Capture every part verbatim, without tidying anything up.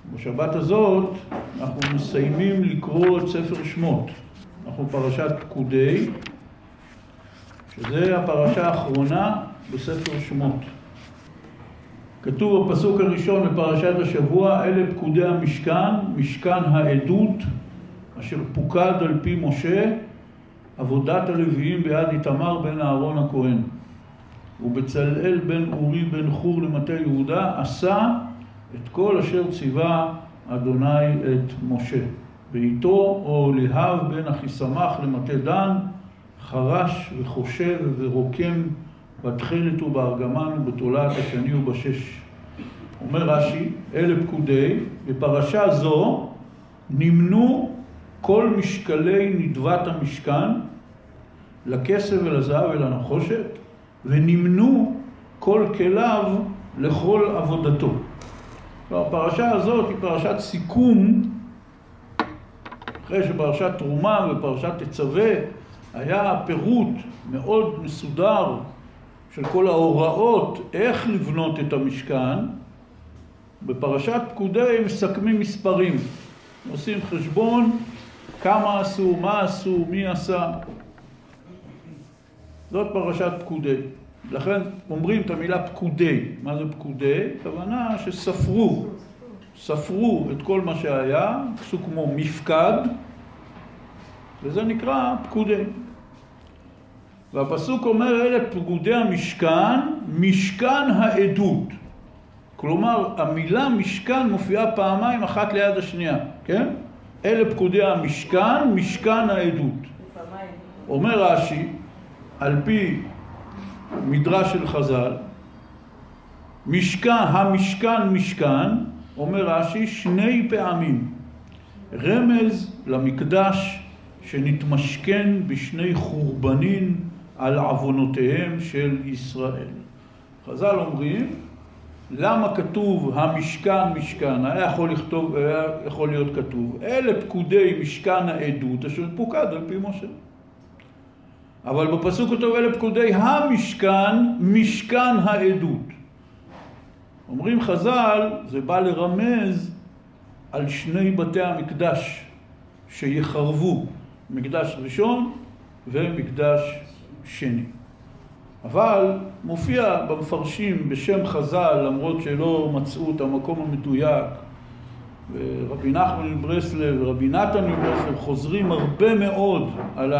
בשבת הזאת אנחנו מסיימים לקרוא את ספר שמות. אנחנו פרשת פקודי, שזה הפרשה האחרונה בספר שמות. כתוב בפסוק הראשון בפרשת השבוע, אלה פקודי המשכן, משכן העדות, אשר פוקד על פי משה, עבודת הלוויים ביד איתמר בן אהרון הכהן. ובצלאל בן אורי בן חור למטה יהודה עשה את כל אשר ציווה אדוני את משה. ואיתו אוליאב בן אחיסמך למטה דן, חרש וחושב ורוקם בתכלת ובארגמן ובתולעת השני ובשש. אומר רש"י, אלה פקודי, בפרשה זו נמנו כל משקלי נדבת המשכן לכסף ולזהב ולנחושת, ונמנו כל כליו לכל עבודתו. הפרשה הזאת היא פרשת סיכום, אחרי שפרשת תרומה ופרשת תצווה היה פירוט מאוד מסודר של כל ההוראות איך לבנות את המשכן. בפרשת פקודי מסכמים מספרים, עושים חשבון כמה עשו, מה עשו, מי עשה. זאת פרשת פקודי. לכן אומרים את המילה פקודי. מה זה פקודי? הכוונה שספרו, ספרו את כל מה שהיה, עשו כמו מפקד, וזה נקרא פקודי. והפסוק אומר, אלה פקודי המשכן, משכן העדות. כלומר, המילה משכן מופיעה פעמיים אחת ליד השנייה, כן? אלה פקודי המשכן, משכן העדות. אומר רש"י, על פי מדרש של חז"ל, משכן, המשכן משכן, אומר רש"י, שני פעמים. רמז למקדש שנתמשכן בשני חורבנים על עוונותיהם של ישראל. חז"ל אומרים, למה כתוב המשכן משכן? היה יכול לכתוב, היה יכול להיות כתוב, אלה פקודי משכן העדות אשר פוקד על פי משה. אבל בפסוק כתוב אלה פקודי המשכן, משכן העדות. אומרים חז"ל, זה בא לרמז על שני בתי המקדש שיחרבו, מקדש ראשון ומקדש שני. אבל מופיע במפרשים בשם חז"ל, למרות שלא מצאו את המקום המדויק, ורבי נחמן מברסלב ורבי נתן מברסלב חוזרים הרבה מאוד על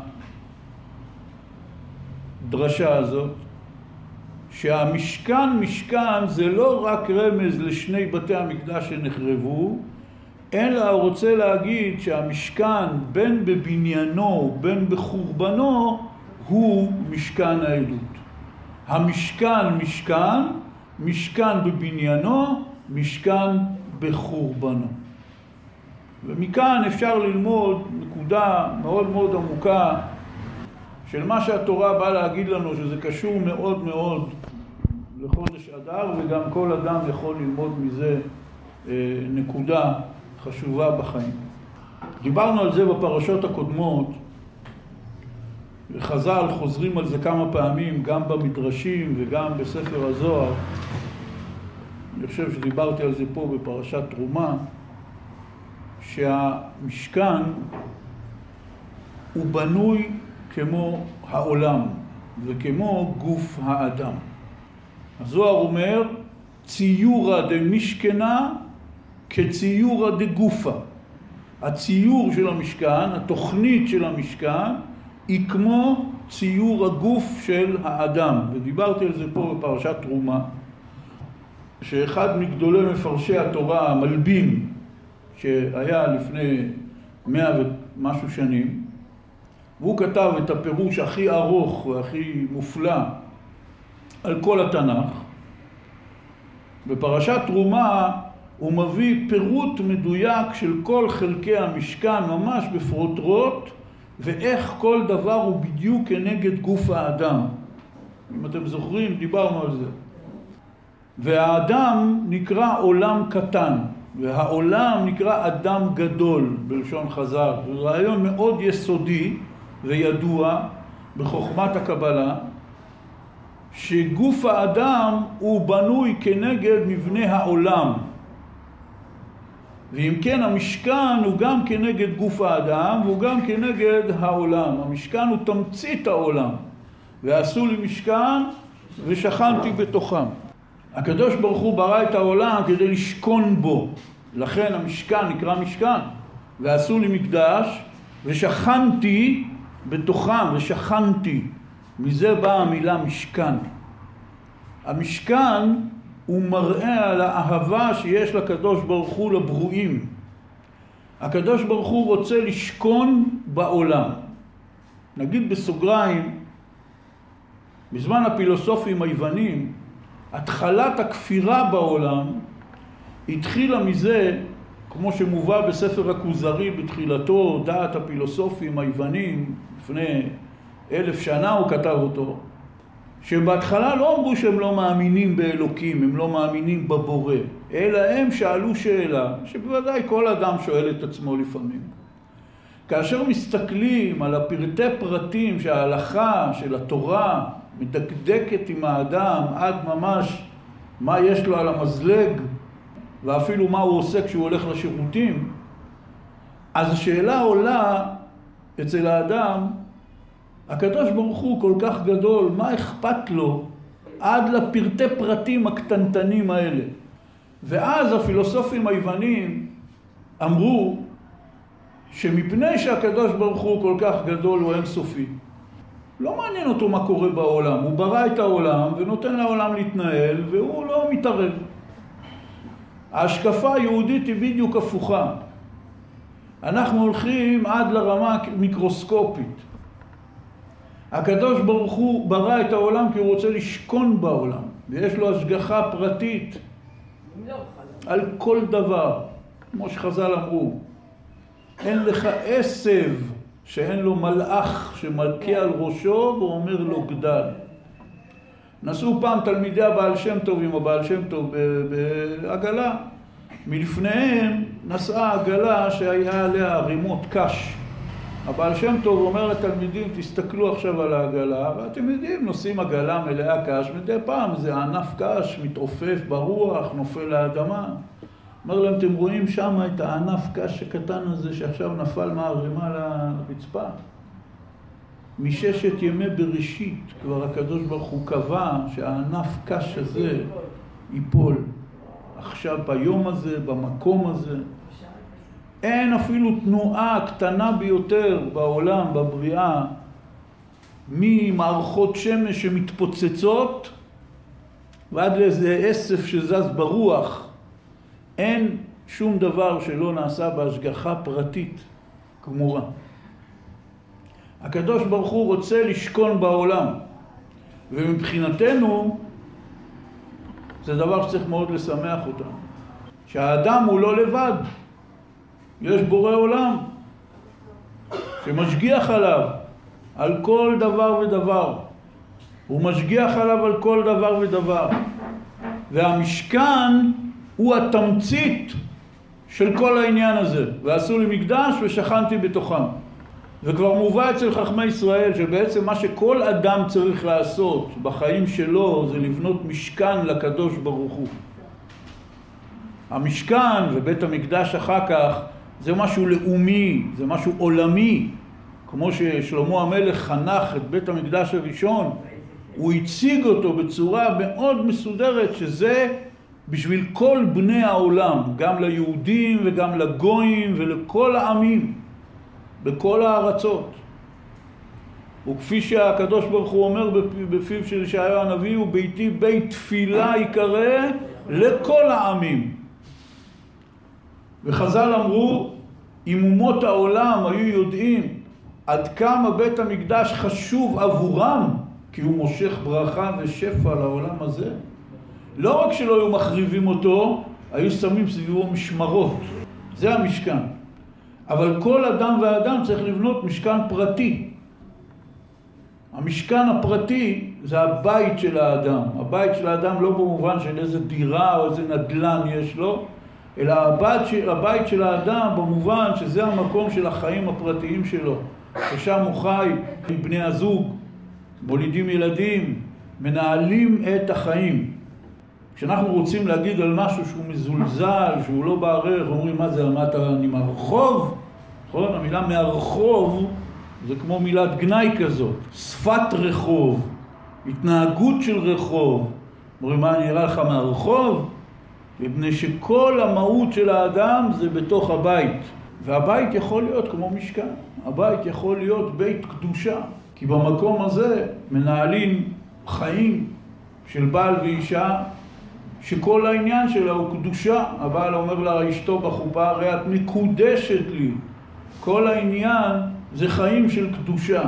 הדרשה הזאת, שהמשכן משכן זה לא רק רמז לשני בתי המקדש שנחרבו, אלא הוא רוצה להגיד שהמשכן בין בבניינו בין בחורבנו הוא משכן העדות. המשכן משכן, משכן בבניינו, משכן בחורבנו. ומכאן אפשר ללמוד נקודה מאוד מאוד עמוקה של מה שהתורה באה להגיד לנו, שזה קשור מאוד מאוד לחודש אדר, וגם כל אדם יכול ללמוד מזה נקודה חשובה בחיים. דיברנו על זה בפרשות הקודמות, וחז"ל חוזרים על זה כמה פעמים, גם במדרשים וגם בספר הזוהר. אני חושב שדיברתי על זה פה בפרשת תרומה, שהמשכן הוא בנוי כמו העולם וכמו גוף האדם. הזוהר אומר, ציורא דמשכנה כציורא דגופה. הציור של המשכן, התוכנית של המשכן, היא כמו ציור הגוף של האדם. ודיברתי על זה פה בפרשת תרומה, שאחד מגדולי מפרשי התורה, המלבים, שהיה לפני מאה ומשהו שנים, והוא כתב את הפירוש הכי ארוך והכי מופלא על כל התנ"ך. בפרשת תרומה הוא מביא פירוט מדויק של כל חלקי המשכן, ממש בפרוטרוט, ואיך כל דבר הוא בדיוק כנגד גוף האדם. אם אתם זוכרים, דיברנו על זה. והאדם נקרא עולם קטן, והעולם נקרא אדם גדול בלשון חז"ל. זה רעיון מאוד יסודי וידוע בחוכמת הקבלה, שגוף האדם הוא בנוי כנגד מבנה העולם. ואם כן, המשכן הוא גם כנגד גוף האדם, והוא גם כנגד העולם. המשכן הוא תמצית העולם. ועשו לי משכן ושכנתי בתוכם. הקדוש ברוך הוא ברא את העולם כדי לשכון בו. לכן המשכן נקרא משכן. ועשו לי מקדש ושכנתי בתוכם, ושכנתי. מזה באה המילה משכן. המשכן הוא מראה על האהבה שיש לקדוש ברוך הוא לברואים. הקדוש ברוך הוא רוצה לשכון בעולם. נגיד בסוגריים, בזמן הפילוסופים היוונים, התחלת הכפירה בעולם התחילה מזה, כמו שמובא בספר הכוזרי בתחילתו, דעת הפילוסופים היוונים, לפני אלף שנה הוא כתב אותו, שבהתחלה לא אמרו שהם לא מאמינים באלוקים, הם לא מאמינים בבורא, אלא הם שאלו שאלה, שבוודאי כל אדם שואל את עצמו לפעמים. כאשר מסתכלים על הפרטי פרטים שההלכה של התורה מדקדקת עם האדם עד ממש מה יש לו על המזלג, ואפילו מה הוא עושה כשהוא הולך לשירותים, אז השאלה עולה אצל האדם, הקדוש ברוך הוא כל כך גדול, מה אכפת לו עד לפרטי פרטים הקטנטנים האלה? ואז הפילוסופים היוונים אמרו שמפני שהקדוש ברוך הוא כל כך גדול הוא אינסופי, לא מעניין אותו מה קורה בעולם, הוא ברא את העולם ונותן לעולם להתנהל והוא לא מתערב. ההשקפה היהודית היא בדיוק הפוכה. אנחנו הולכים עד לרמה מיקרוסקופית. הקדוש ברוך הוא ברא את העולם כי הוא רוצה לשכון בעולם, ויש לו השגחה פרטית על כל דבר, כמו שחז"ל אמרו. אין לך עשב שאין לו מלאך שמלכה על ראשו ואומר לו גדל. נסעו פעם תלמידי הבעל שם טוב עם הבעל שם טוב בעגלה. מלפניהם נסעה עגלה שהיה עליה רימות קש. הבעל שם טוב אומר לתלמידים, תסתכלו עכשיו על העגלה, ואתם יודעים, נוסעים עגלה מלאה קש, מדי פעם זה ענף קש, מתעופף ברוח, נופל לאדמה. אומר להם, אתם רואים שם את הענף קש הקטן הזה שעכשיו נפל מהרימה לרצפה? מששת ימי בראשית כבר הקדוש ברוך הוא קבע שהענף קש הזה ייפול. עכשיו ביום הזה, במקום הזה. אין אפילו תנועה קטנה ביותר בעולם, בבריאה, ממערכות שמש שמתפוצצות ועד לאיזה אסף שזז ברוח. אין שום דבר שלא נעשה בהשגחה פרטית גמורה. הקדוש ברוך הוא רוצה לשכון בעולם, ומבחינתנו זה דבר שצריך מאוד לשמח אותנו. שהאדם הוא לא לבד, יש בורא עולם שמשגיח עליו על כל דבר ודבר. הוא משגיח עליו על כל דבר ודבר. והמשכן הוא התמצית של כל העניין הזה. ועשו לי מקדש ושכנתי בתוכם. וכבר מובא אצל חכמי ישראל שבעצם מה שכל אדם צריך לעשות בחיים שלו זה לבנות משכן לקדוש ברוך הוא. המשכן ובית המקדש אחר כך זה משהו לאומי, זה משהו עולמי. כמו ששלמה המלך חנך את בית המקדש הראשון, הוא הציג אותו בצורה מאוד מסודרת שזה בשביל כל בני העולם, גם ליהודים וגם לגויים ולכל העמים, בכל הארצות. וכפי שהקדוש ברוך הוא אומר בפיו של ישעיהו הנביא, וביתי בית תפילה יקרא לכל העמים. וחז"ל אמרו, אם אומות העולם היו יודעים עד כמה בית המקדש חשוב עבורם, כי הוא מושך ברכה ושפע לעולם הזה, לא רק שלא היו מחריבים אותו, היו שמים סביבו משמרות. זה המשכן. אבל כל אדם ואדם צריך לבנות משכן פרטי. המשכן הפרטי זה הבית של האדם. הבית של האדם לא במובן של איזה דירה או איזה נדלן יש לו, אלא הבית של, הבית של האדם במובן שזה המקום של החיים הפרטיים שלו. ששם הוא חי עם בני הזוג, מולידים ילדים, מנהלים את החיים. כשאנחנו רוצים להגיד על משהו שהוא מזולזל, שהוא לא בערך, אומרים מה זה, מה אתה, אני מהרחוב? נכון? המילה מהרחוב זה כמו מילת גנאי כזאת. שפת רחוב, התנהגות של רחוב. אומרים מה, אני אראה לך מהרחוב? מפני שכל המהות של האדם זה בתוך הבית. והבית יכול להיות כמו משכן. הבית יכול להיות בית קדושה. כי במקום הזה מנהלים חיים של בעל ואישה, שכל העניין שלה הוא קדושה. הבעל אומר לה, אשתו בחופה, הרי את מקודשת לי. כל העניין זה חיים של קדושה.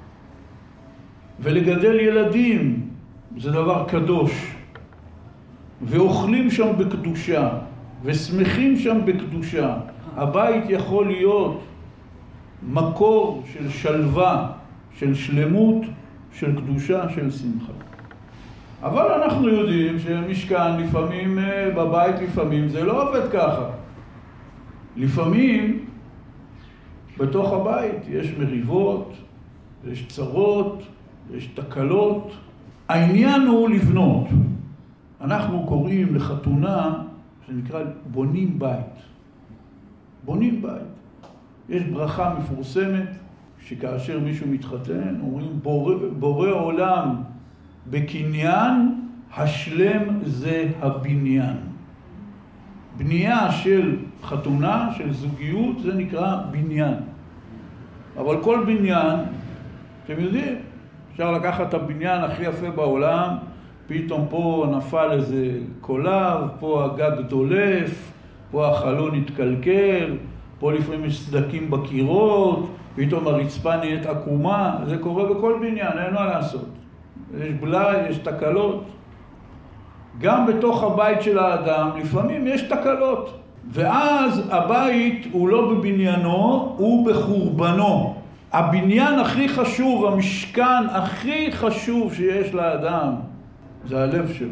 ולגדל ילדים זה דבר קדוש. ואוכלים שם בקדושה, ושמחים שם בקדושה. הבית יכול להיות מקור של שלווה, של שלמות, של קדושה, של שמחה. אבל אנחנו יודעים שמשכן לפעמים, בבית לפעמים, זה לא עובד ככה. לפעמים, בתוך הבית יש מריבות, יש צרות, יש תקלות. העניין הוא לבנות. אנחנו קוראים לחתונה, שנקרא בונים בית. בונים בית. יש ברכה מפורסמת, שכאשר מישהו מתחתן, אומרים בורא, בורא עולם בקניין, השלם זה הבניין. בנייה של חתונה, של זוגיות, זה נקרא בניין. אבל כל בניין, אתם יודעים, אפשר לקחת את הבניין הכי יפה בעולם, פתאום פה נפל איזה קולב, פה הגג דולף, פה החלון התקלקל, פה לפעמים יש סדקים בקירות, פתאום הרצפה נהיית עקומה. זה קורה בכל בניין, אין מה לעשות. יש בלאי, יש תקלות. גם בתוך הבית של האדם לפעמים יש תקלות. ואז הבית הוא לא בבניינו, הוא בחורבנו. הבניין הכי חשוב, המשכן הכי חשוב שיש לאדם, זה הלב שלו.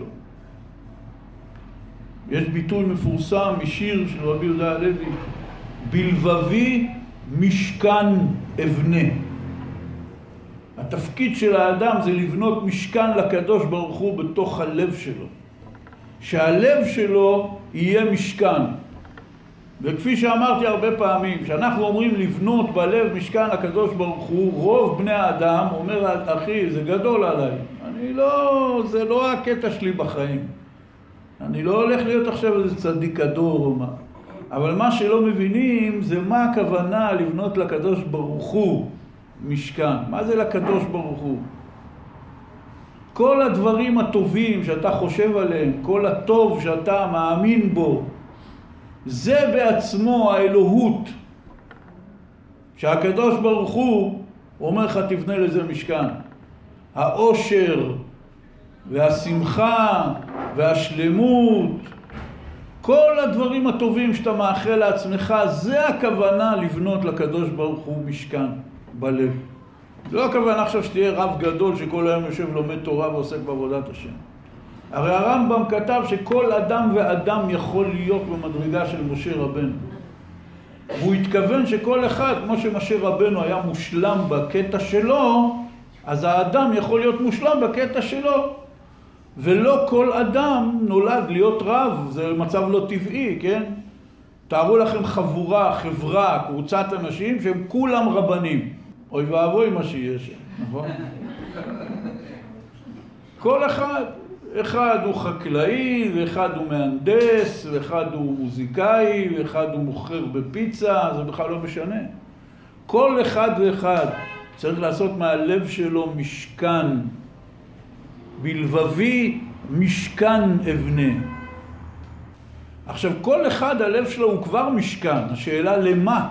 יש ביטוי מפורסם משיר של רבי יהודה הלוי, בלבבי משכן אבנה. התפקיד של האדם זה לבנות משכן לקדוש ברוך הוא בתוך הלב שלו. שהלב שלו יהיה משכן. וכפי שאמרתי הרבה פעמים, שאנחנו אומרים לבנות בלב משכן הקדוש ברוך הוא, רוב בני האדם אומר, אחי, זה גדול עליי. אני לא, זה לא הקטע שלי בחיים. אני לא הולך להיות עכשיו איזה צדיק הדור או מה. אבל מה שלא מבינים זה מה הכוונה לבנות לקדוש ברוך הוא משכן. מה זה לקדוש ברוך הוא? כל הדברים הטובים שאתה חושב עליהם, כל הטוב שאתה מאמין בו, זה בעצמו האלוהות. שהקדוש ברוך הוא אומר לך תבנה לזה משכן. האושר והשמחה והשלמות, כל הדברים הטובים שאתה מאחל לעצמך, זה הכוונה לבנות לקדוש ברוך הוא משכן בלב. זה לא הכוונה עכשיו שתהיה רב גדול שכל היום יושב לומד תורה ועוסק בעבודת השם. הרי הרמב"ם כתב שכל אדם ואדם יכול להיות במדרגה של משה רבנו. והוא התכוון שכל אחד, כמו שמשה רבנו היה מושלם בקטע שלו, אז האדם יכול להיות מושלם בקטע שלו. ולא כל אדם נולד להיות רב, זה מצב לא טבעי, כן? תארו לכם חבורה, חברה, קבוצת אנשים שהם כולם רבנים. אוי ואבוי מה שיש שם, נכון? כל אחד, אחד הוא חקלאי, ואחד הוא מהנדס, ואחד הוא מוזיקאי, ואחד הוא מוכר בפיצה, זה בכלל לא משנה. כל אחד ואחד צריך לעשות מהלב שלו משכן. בלבבי משכן אבנה. עכשיו, כל אחד הלב שלו הוא כבר משכן. השאלה למה?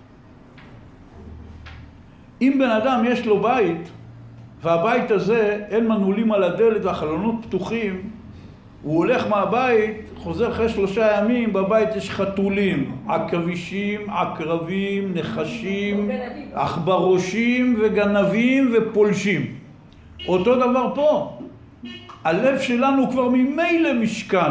אם בן אדם יש לו בית, והבית הזה אין מנעולים על הדלת והחלונות פתוחים, הוא הולך מהבית, חוזר אחרי שלושה ימים, בבית יש חתולים, עכבישים, עקרבים, נחשים, עכברושים וגנבים ופולשים. אותו דבר פה. הלב שלנו כבר ממילא משכן.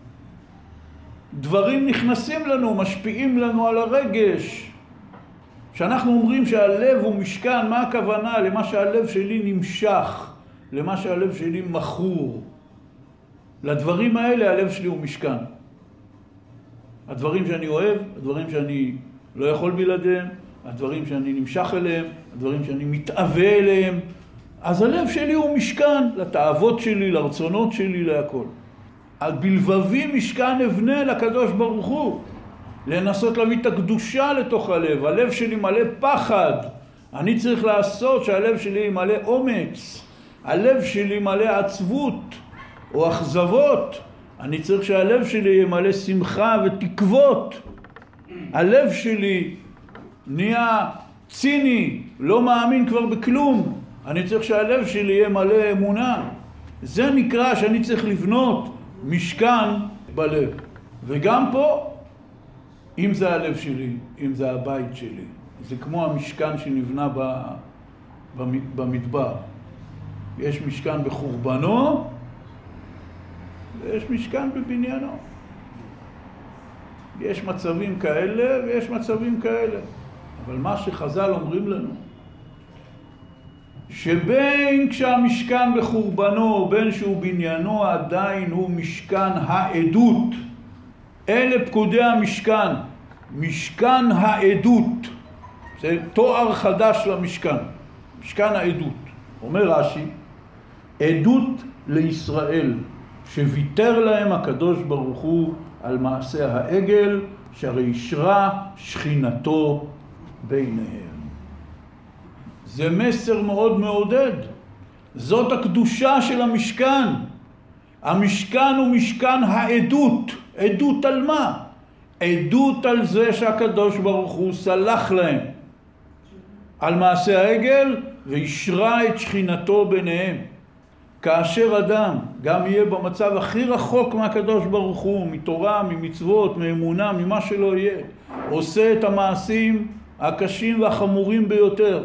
דברים נכנסים לנו, משפיעים לנו על הרגש. כשאנחנו אומרים שהלב הוא משכן, מה הכוונה? למה שהלב שלי נמשך, למה שהלב שלי מכור. לדברים האלה הלב שלי הוא משכן. הדברים שאני אוהב, הדברים שאני לא יכול בלעדיהם, הדברים שאני נמשך אליהם, הדברים שאני מתאווה אליהם, אז הלב שלי הוא משכן לתאוות שלי, לרצונות שלי, להכל. על בלבבי משכן אבנה לקדוש ברוך הוא, לנסות להביא את הקדושה לתוך הלב. הלב שלי מלא פחד, אני צריך לעשות שהלב שלי מלא אומץ. הלב שלי מלא עצבות או אכזבות, אני צריך שהלב שלי יהיה מלא שמחה ותקוות. הלב שלי נהיה ציני, לא מאמין כבר בכלום, אני צריך שהלב שלי יהיה מלא אמונה. זה נקרא שאני צריך לבנות משכן בלב. וגם פה, אם זה הלב שלי, אם זה הבית שלי, זה כמו המשכן שנבנה במדבר. יש משכן בחורבנו, ויש משכן בבניינו. יש מצבים כאלה ויש מצבים כאלה. אבל מה שחז"ל אומרים לנו, שבין כשהמשכן בחורבנו, בין שהוא בניינו, עדיין הוא משכן העדות. אלה פקודי המשכן, משכן העדות. זה תואר חדש למשכן, משכן העדות. אומר רש"י, עדות לישראל, שוויתר להם הקדוש ברוך הוא על מעשה העגל, שהרי ישרה שכינתו ביניהם. זה מסר מאוד מעודד. זאת הקדושה של המשכן. המשכן הוא משכן העדות. עדות על מה? עדות על זה שהקדוש ברוך הוא סלח להם על מעשה העגל וישרה את שכינתו ביניהם. כאשר אדם גם יהיה במצב הכי רחוק מהקדוש ברוך הוא, מתורה, ממצוות, מאמונה, ממה שלא יהיה, עושה את המעשים הקשים והחמורים ביותר,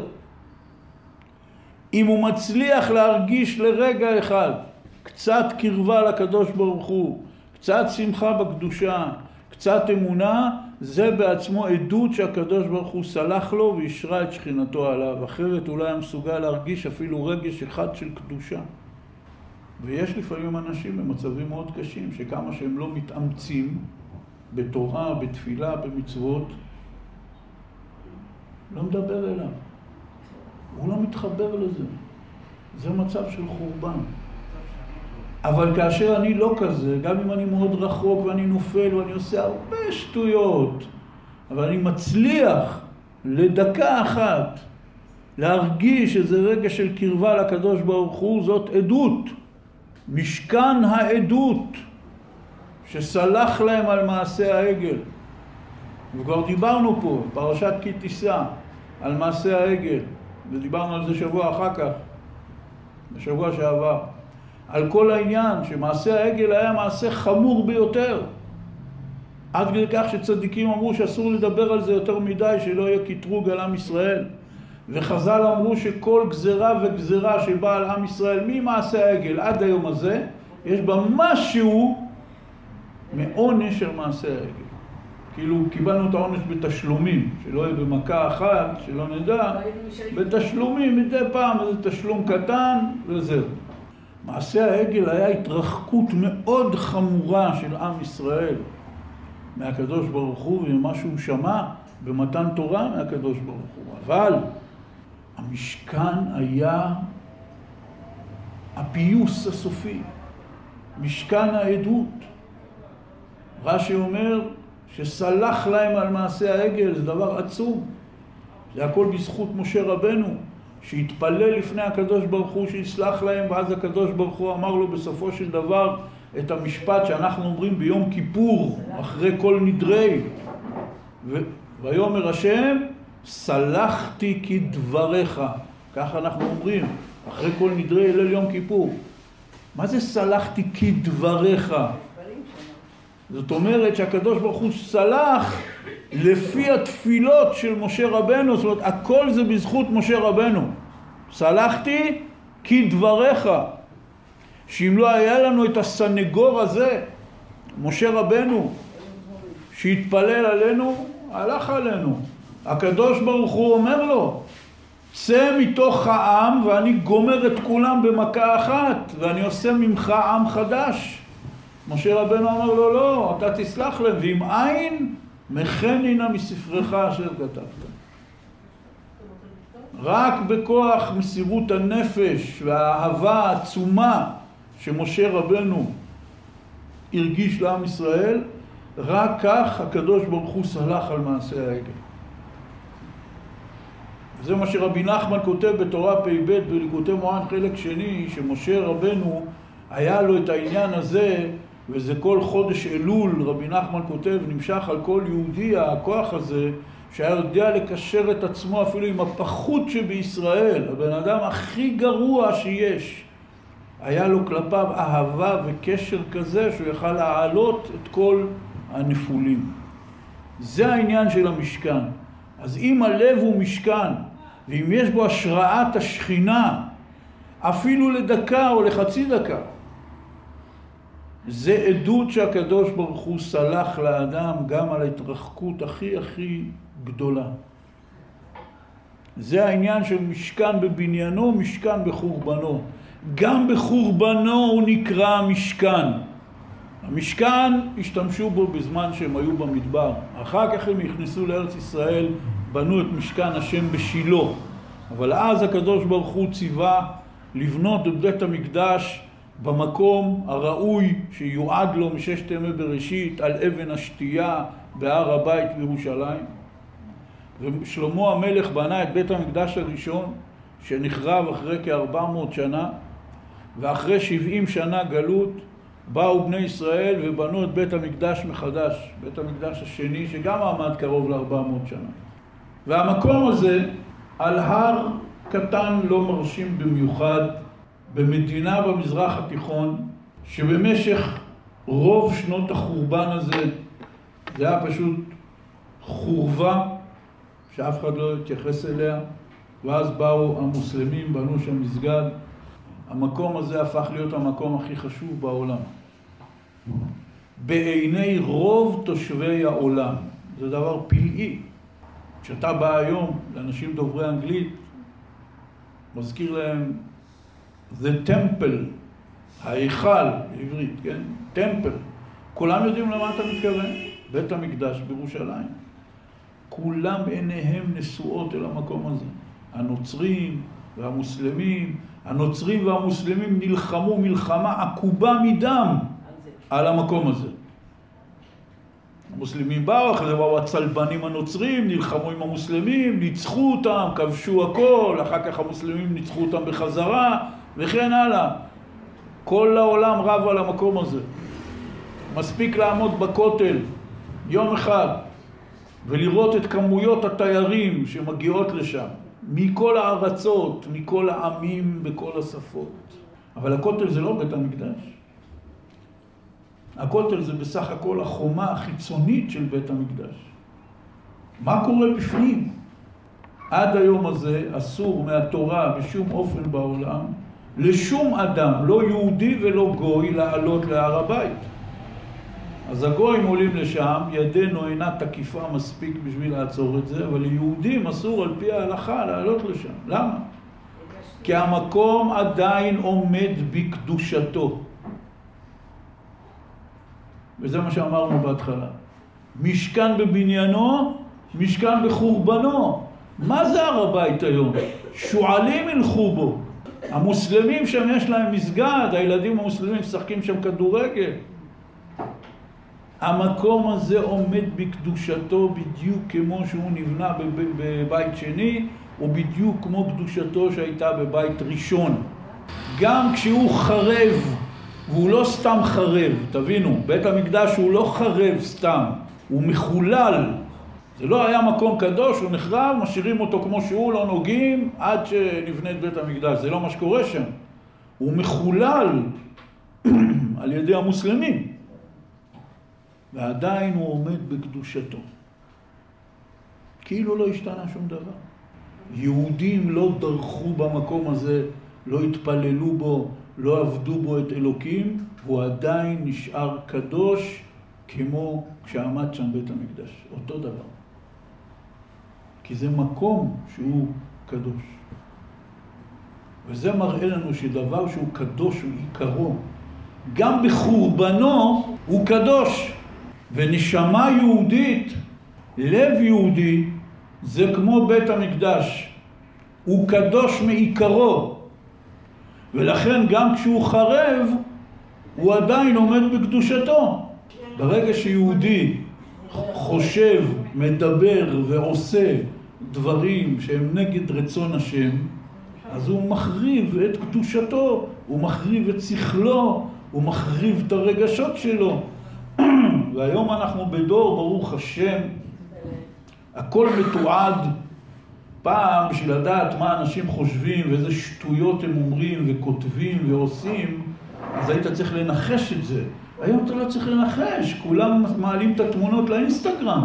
אם הוא מצליח להרגיש לרגע אחד קצת קרבה לקדוש ברוך הוא, קצת שמחה בקדושה, קצת אמונה, זה בעצמו עדות שהקדוש ברוך הוא סלח לו וישרה את שכינתו עליו. אחרת אולי היה מסוגל להרגיש אפילו רגש אחד של קדושה. ויש לפעמים אנשים במצבים מאוד קשים, שכמה שהם לא מתאמצים בתורה, בתפילה, במצוות, לא מדבר אליו. הוא לא מתחבר לזה. זה מצב של חורבן. אבל כאשר אני לא כזה, גם אם אני מאוד רחוק ואני נופל ואני עושה הרבה שטויות, אבל אני מצליח לדקה אחת להרגיש איזה רגע של קרבה לקדוש ברוך הוא, זאת עדות. משכן העדות שסלח להם על מעשה העגל. וכבר דיברנו פה, פרשת כי תישא, על מעשה העגל, ודיברנו על זה שבוע אחר כך, בשבוע שעבר, על כל העניין שמעשה העגל היה מעשה חמור ביותר, עד כדי כך שצדיקים אמרו שאסור לדבר על זה יותר מדי, שלא יהיה קטרוג על עם ישראל. וחז"ל אמרו שכל גזרה וגזרה שבאה על עם ישראל ממעשה העגל עד היום הזה, יש בה משהו מעונש של מעשה העגל. כאילו קיבלנו את העונש בתשלומים, שלא יהיה במכה אחת, שלא נדע, בתשלומים מדי פעם, איזה תשלום קטן וזהו. מעשה העגל היה התרחקות מאוד חמורה של עם ישראל מהקדוש ברוך הוא וממה שהוא שמע במתן תורה מהקדוש ברוך הוא. אבל המשכן היה הפיוס הסופי, משכן העדות. רש"י אומר שסלח להם על מעשה העגל, זה דבר עצום. זה הכל בזכות משה רבנו, שהתפלל לפני הקדוש ברוך הוא שיסלח להם, ואז הקדוש ברוך הוא אמר לו בסופו של דבר את המשפט שאנחנו אומרים ביום כיפור, אחרי כל נדרי. ו... ויאמר השם, סלחתי כדבריך. ככה אנחנו אומרים, אחרי כל נדרי ליל יום כיפור. מה זה סלחתי כדבריך? זאת אומרת שהקדוש ברוך הוא סלח לפי התפילות של משה רבנו, זאת אומרת, הכל זה בזכות משה רבנו. סלחתי כדבריך. שאם לא היה לנו את הסנגור הזה, משה רבנו, שהתפלל עלינו, הלך עלינו. הקדוש ברוך הוא אומר לו, צא מתוך העם ואני גומר את כולם במכה אחת, ואני עושה ממך עם חדש. משה רבנו אמר לו, לא, אתה תסלח להם, ואם אין, מחנינה מספרך אשר כתבת. רק בכוח מסירות הנפש והאהבה העצומה שמשה רבנו הרגיש לעם ישראל, רק כך הקדוש ברוך הוא סלח על מעשה העגל. זה מה שרבי נחמן כותב בתורה פ"ב בליקוטי מוהר"ן חלק שני, שמשה רבנו היה לו את העניין הזה, וזה כל חודש אלול, רבי נחמן כותב, נמשך על כל יהודי הכוח הזה, שהיה יודע לקשר את עצמו אפילו עם הפחות שבישראל, הבן אדם הכי גרוע שיש. היה לו כלפיו אהבה וקשר כזה שהוא יכל להעלות את כל הנפולים. זה העניין של המשכן. אז אם הלב הוא משכן, ואם יש בו השראת השכינה, אפילו לדקה או לחצי דקה, זה עדות שהקדוש ברוך הוא סלח לאדם גם על ההתרחקות הכי הכי גדולה. זה העניין של משכן בבניינו, משכן בחורבנו. גם בחורבנו הוא נקרא משכן. המשכן השתמשו בו בזמן שהם היו במדבר. אחר כך הם נכנסו לארץ ישראל, בנו את משכן השם בשילה. אבל אז הקדוש ברוך הוא ציווה לבנות את בית המקדש במקום הראוי שיועד לו מששת ימי בראשית על אבן השתייה בהר הבית בירושלים. ושלמה המלך בנה את בית המקדש הראשון שנחרב אחרי כ-ארבע מאות שנה, ואחרי שבעים שנה גלות באו בני ישראל ובנו את בית המקדש מחדש, בית המקדש השני שגם עמד קרוב ל-ארבע מאות שנה. והמקום הזה על הר קטן לא מרשים במיוחד במדינה במזרח התיכון, שבמשך רוב שנות החורבן הזה זה היה פשוט חורבה שאף אחד לא התייחס אליה, ואז באו המוסלמים, בנו שם מסגד. המקום הזה הפך להיות המקום הכי חשוב בעולם בעיני רוב תושבי העולם. זה דבר פלאי. כשאתה בא היום לאנשים דוברי אנגלית, מזכיר להם The Temple, ההיכל בעברית, כן? טמפל. כולם יודעים למה אתה מתכוון? בית המקדש בירושלים. כולם עיניהם נשואות אל המקום הזה. הנוצרים והמוסלמים, הנוצרים והמוסלמים נלחמו מלחמה עקובה מדם על המקום הזה. המוסלמים באו, אחרי זה באו הצלבנים הנוצרים, נלחמו עם המוסלמים, ניצחו אותם, כבשו הכל, אחר כך המוסלמים ניצחו אותם בחזרה, וכן הלאה. כל העולם רב על המקום הזה. מספיק לעמוד בכותל יום אחד ולראות את כמויות התיירים שמגיעות לשם, מכל הארצות, מכל העמים, בכל השפות. אבל הכותל זה לא בית המקדש. הכותל זה בסך הכל החומה החיצונית של בית המקדש. מה קורה בפנים? עד היום הזה אסור מהתורה בשום אופן בעולם לשום אדם, לא יהודי ולא גוי, לעלות להר הבית. אז הגויים עולים לשם, ידנו אינה תקיפה מספיק בשביל לעצור את זה, אבל ליהודים אסור על פי ההלכה לעלות לשם. למה? כי המקום עדיין עומד בקדושתו. וזה מה שאמרנו בהתחלה. משכן בבניינו, משכן בחורבנו. מה זה הר הבית היום? שועלים ילכו בו. המוסלמים שם יש להם מסגד, הילדים המוסלמים משחקים שם כדורגל. המקום הזה עומד בקדושתו בדיוק כמו שהוא נבנה בבית שני, או בדיוק כמו קדושתו שהייתה בבית ראשון. גם כשהוא חרב, והוא לא סתם חרב, תבינו, בית המקדש הוא לא חרב סתם, הוא מחולל. זה לא היה מקום קדוש, הוא נחרב, משאירים אותו כמו שהוא, לא נוגעים, עד שנבנה את בית המקדש. זה לא מה שקורה שם. הוא מחולל על ידי המוסלמים. ועדיין הוא עומד בקדושתו. כאילו לא השתנה שום דבר. יהודים לא דרכו במקום הזה, לא התפללו בו, לא עבדו בו את אלוקים, והוא עדיין נשאר קדוש כמו כשעמד שם בית המקדש. אותו דבר. כי זה מקום שהוא קדוש. וזה מראה לנו שדבר שהוא קדוש הוא עיקרו, גם בחורבנו הוא קדוש. ונשמה יהודית, לב יהודי, זה כמו בית המקדש. הוא קדוש מעיקרו. ולכן גם כשהוא חרב, הוא עדיין עומד בקדושתו. ברגע שיהודי חושב, מדבר ועושה דברים שהם נגד רצון השם, אז הוא מחריב את קדושתו, הוא מחריב את שכלו, הוא מחריב את הרגשות שלו. והיום אנחנו בדור, ברוך השם, הכל מתועד. פעם בשביל לדעת מה אנשים חושבים ואיזה שטויות הם אומרים וכותבים ועושים, אז היית צריך לנחש את זה. היום אתה לא צריך לנחש, כולם מעלים את התמונות לאינסטגרם.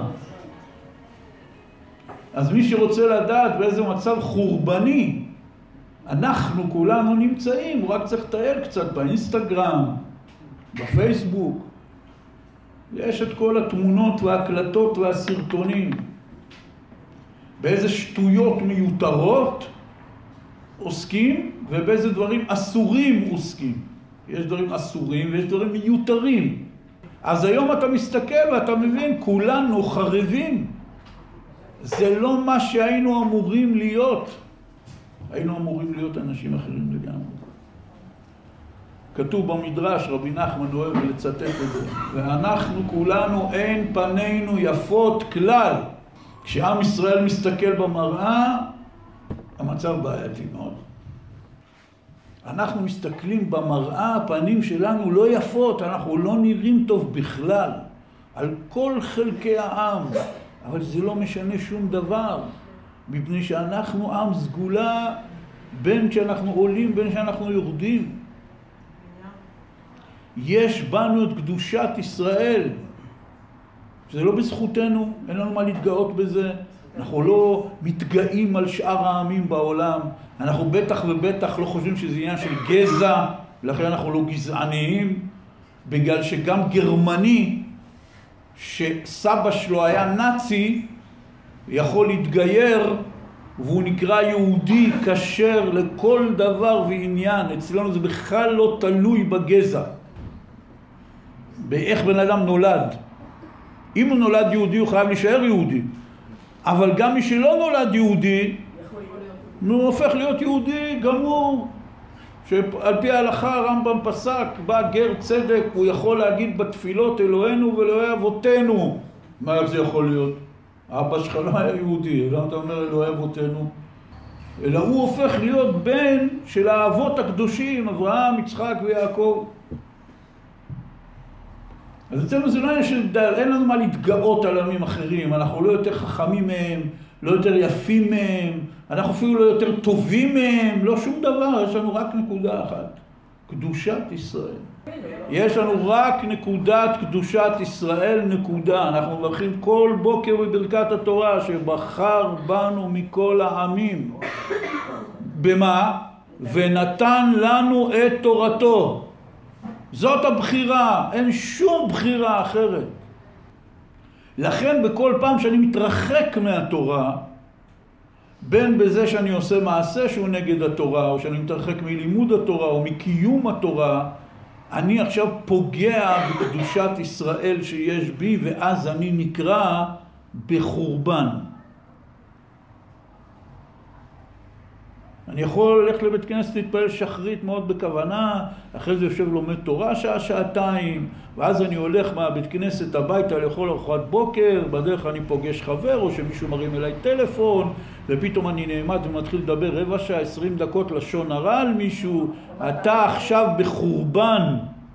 אז מי שרוצה לדעת באיזה מצב חורבני אנחנו כולנו נמצאים, הוא רק צריך לטייל קצת באינסטגרם, בפייסבוק. יש את כל התמונות וההקלטות והסרטונים. באיזה שטויות מיותרות עוסקים ובאיזה דברים אסורים עוסקים. יש דברים אסורים ויש דברים מיותרים. אז היום אתה מסתכל ואתה מבין, כולנו חרבים. זה לא מה שהיינו אמורים להיות. היינו אמורים להיות אנשים אחרים לגמרי. כתוב במדרש, רבי נחמן אוהב לצטט את זה, ואנחנו כולנו אין פנינו יפות כלל. כשעם ישראל מסתכל במראה, המצב בעייתי מאוד. אנחנו מסתכלים במראה, הפנים שלנו לא יפות, אנחנו לא נראים טוב בכלל, על כל חלקי העם, אבל זה לא משנה שום דבר, מפני שאנחנו עם סגולה בין שאנחנו עולים, בין שאנחנו יורדים. יש בנו את קדושת ישראל, זה לא בזכותנו, אין לנו מה להתגאות בזה, אנחנו לא מתגאים על שאר העמים בעולם, אנחנו בטח ובטח לא חושבים שזה עניין של גזע, לכן אנחנו לא גזעניים, בגלל שגם גרמני, שסבא שלו היה נאצי, יכול להתגייר, והוא נקרא יהודי כשר לכל דבר ועניין. אצלנו זה בכלל לא תלוי בגזע, באיך בן אדם נולד. אם הוא נולד יהודי הוא חייב להישאר יהודי, אבל גם מי שלא נולד יהודי הוא הופך להיות יהודי גמור, שעל פי ההלכה הרמב"ם פסק, בא גר צדק, הוא יכול להגיד בתפילות אלוהינו ואלוהי אבותינו. מה איך זה יכול להיות? אבא שלך לא היה יהודי, למה אתה אומר אלוהי אבותינו? אלא הוא הופך להיות בן של האבות הקדושים, אברהם, יצחק ויעקב. אז אצלנו זה לא עניין של דל, אין לנו מה להתגאות על עמים אחרים, אנחנו לא יותר חכמים מהם, לא יותר יפים מהם, אנחנו אפילו לא יותר טובים מהם, לא שום דבר, יש לנו רק נקודה אחת, קדושת ישראל. יש לנו רק נקודת קדושת ישראל, נקודה. אנחנו מברכים כל בוקר בברכת התורה שבחר בנו מכל העמים. במה? ונתן לנו את תורתו. זאת הבחירה, אין שום בחירה אחרת. לכן בכל פעם שאני מתרחק מהתורה, בין בזה שאני עושה מעשה שהוא נגד התורה, או שאני מתרחק מלימוד התורה, או מקיום התורה, אני עכשיו פוגע בקדושת ישראל שיש בי, ואז אני נקרא בחורבן. אני יכול ללכת לבית כנסת להתפלל שחרית מאוד בכוונה, אחרי זה יושב לומד תורה שעה, שעתיים, ואז אני הולך מהבית כנסת הביתה לאכול ארוחת בוקר, בדרך אני פוגש חבר או שמישהו מרים אליי טלפון, ופתאום אני נעמד ומתחיל לדבר רבע שעה, עשרים דקות לשון הרע על מישהו, אתה עכשיו בחורבן.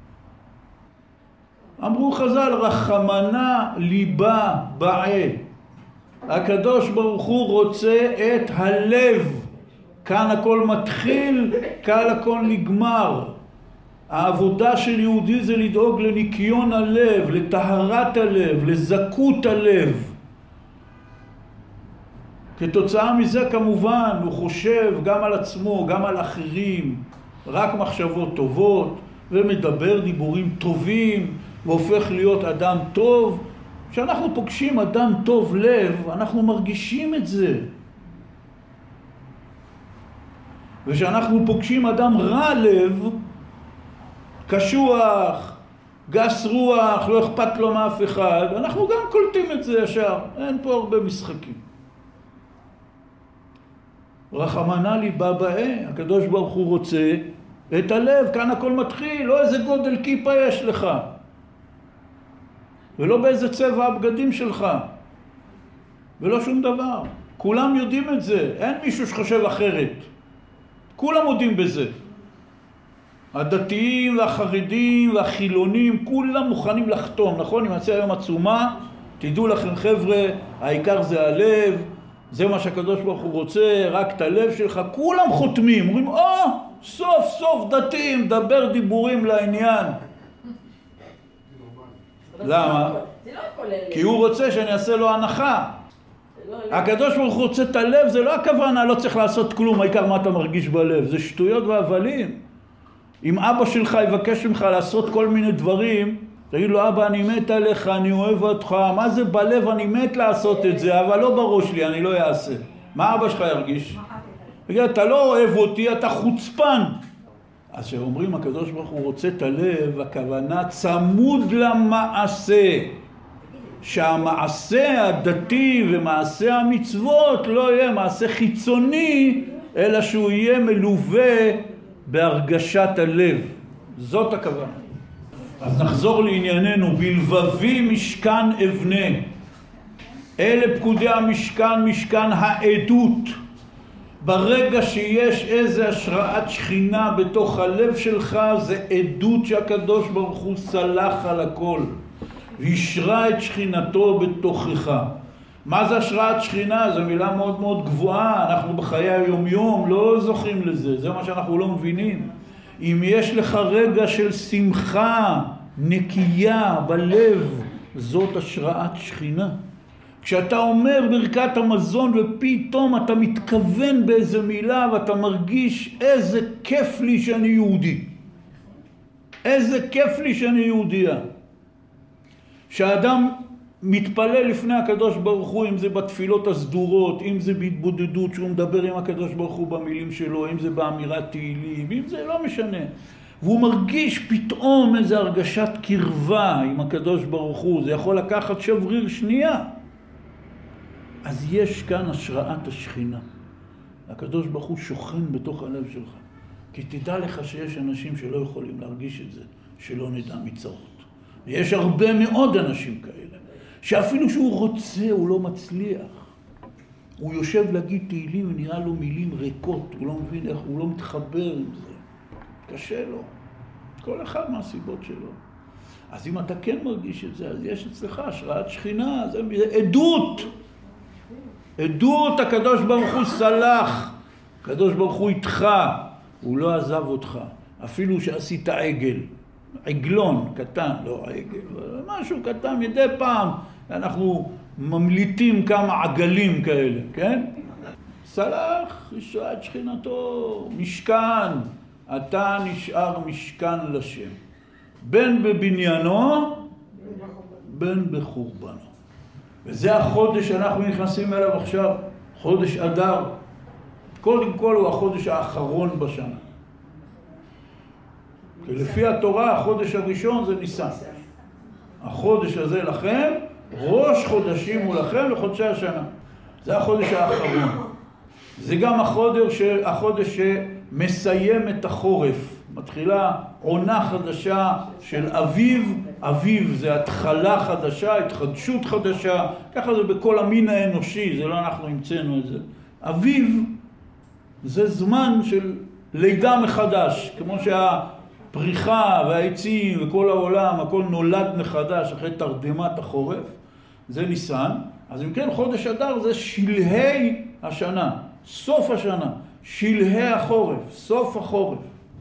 אמרו חז"ל, רחמנה ליבה בעה. הקדוש ברוך הוא רוצה את הלב. כאן הכל מתחיל, כאן הכל נגמר. העבודה של יהודי זה לדאוג לניקיון הלב, לטהרת הלב, לזכות הלב. כתוצאה מזה כמובן הוא חושב גם על עצמו, גם על אחרים, רק מחשבות טובות, ומדבר דיבורים טובים, והופך להיות אדם טוב. כשאנחנו פוגשים אדם טוב לב, אנחנו מרגישים את זה. וכשאנחנו פוגשים אדם רע לב, קשוח, גס רוח, לא אכפת לו מאף אחד. אנחנו גם קולטים את זה ישר, אין פה הרבה משחקים. רחמנא ליבא, הקדוש ברוך הוא רוצה את הלב, כאן הכל מתחיל, לא איזה גודל כיפה יש לך, ולא באיזה צבע הבגדים שלך, ולא שום דבר. כולם יודעים את זה, אין מישהו שחושב אחרת. כולם יודעים בזה. הדתיים והחרדים והחילונים, כולם מוכנים לחתום, נכון? אם יצא היום עצומה, תדעו לכם חבר'ה, העיקר זה הלב, זה מה שהקדוש ברוך הוא רוצה, רק את הלב שלך, כולם חותמים, אומרים, או, סוף סוף דתיים, דבר דיבורים לעניין. למה? כי הוא רוצה שאני אעשה לו הנחה. הקדוש ברוך הוא רוצה את הלב, זה לא הכוונה, לא צריך לעשות כלום, העיקר מה אתה מרגיש בלב, זה שטויות והבלים. אם אבא שלך יבקש ממך לעשות כל מיני דברים, תגיד לו, אבא, אני מת עליך, אני אוהב אותך, מה זה בלב, אני מת לעשות את זה, אבל לא בראש לי, אני לא אעשה. מה אבא שלך ירגיש? תגיד, אתה לא אוהב אותי, אתה חוצפן. אז שאומרים, הקדוש ברוך הוא רוצה את הלב, הכוונה צמוד למעשה. שהמעשה הדתי ומעשה המצוות לא יהיה מעשה חיצוני, אלא שהוא יהיה מלווה בהרגשת הלב. זאת הכוונה. אז נחזור לענייננו, בלבבי משכן אבנה. אלה פקודי המשכן, משכן העדות. ברגע שיש איזה השראת שכינה בתוך הלב שלך, זה עדות שהקדוש ברוך הוא סלח על הכל. וישרה את שכינתו בתוכך. מה זה השראת שכינה? זו מילה מאוד מאוד גבוהה. אנחנו בחיי היום יום לא זוכים לזה. זה מה שאנחנו לא מבינים. אם יש לך רגע של שמחה, נקייה בלב, זאת השראת שכינה. כשאתה אומר ברכת המזון ופתאום אתה מתכוון באיזה מילה ואתה מרגיש איזה כיף לי שאני יהודי. איזה כיף לי שאני יהודייה. שהאדם מתפלל לפני הקדוש ברוך הוא, אם זה בתפילות הסדורות, אם זה בהתבודדות שהוא מדבר עם הקדוש ברוך הוא במילים שלו, אם זה באמירת תהילים, אם זה לא משנה. והוא מרגיש פתאום איזו הרגשת קרבה עם הקדוש ברוך הוא, זה יכול לקחת שבריר שנייה. אז יש כאן השראת השכינה. הקדוש ברוך הוא שוכן בתוך הלב שלך. כי תדע לך שיש אנשים שלא יכולים להרגיש את זה, שלא נדע מצרות. ויש הרבה מאוד אנשים כאלה, שאפילו שהוא רוצה הוא לא מצליח. הוא יושב להגיד תהילים ונראה לו מילים ריקות, הוא לא מבין איך, הוא לא מתחבר עם זה. קשה לו. כל אחד מהסיבות שלו. אז אם אתה כן מרגיש את זה, אז יש אצלך השראת שכינה, זה עדות. עדות, הקדוש ברוך הוא סלח, הקדוש ברוך הוא איתך, הוא לא עזב אותך, אפילו שעשית עגל, עגלון קטן, לא עגל, משהו קטן מדי פעם, אנחנו ממליטים כמה עגלים כאלה, כן? סלח, ישרה את שכינתו, משכן, אתה נשאר משכן לשם, בין בבניינו, בין בחורבנו. וזה החודש שאנחנו נכנסים אליו עכשיו, חודש אדר. קודם כל הוא החודש האחרון בשנה. כי לפי התורה החודש הראשון זה ניסן. החודש הזה לכם, ראש חודשים הוא לכם לחודשי השנה. זה החודש האחרון. זה גם החודש, החודש שמסיים את החורף. מתחילה עונה חדשה של אביב. אביב זה התחלה חדשה, התחדשות חדשה. ככה זה בכל המין האנושי, זה לא אנחנו המצאנו את זה. אביב זה זמן של לידה מחדש, כמו שהפריחה והעצים וכל העולם, הכל נולד מחדש אחרי תרדמת החורף. זה ניסן. אז אם כן, חודש אדר זה שלהי השנה, סוף השנה, שלהי החורף, סוף החורף.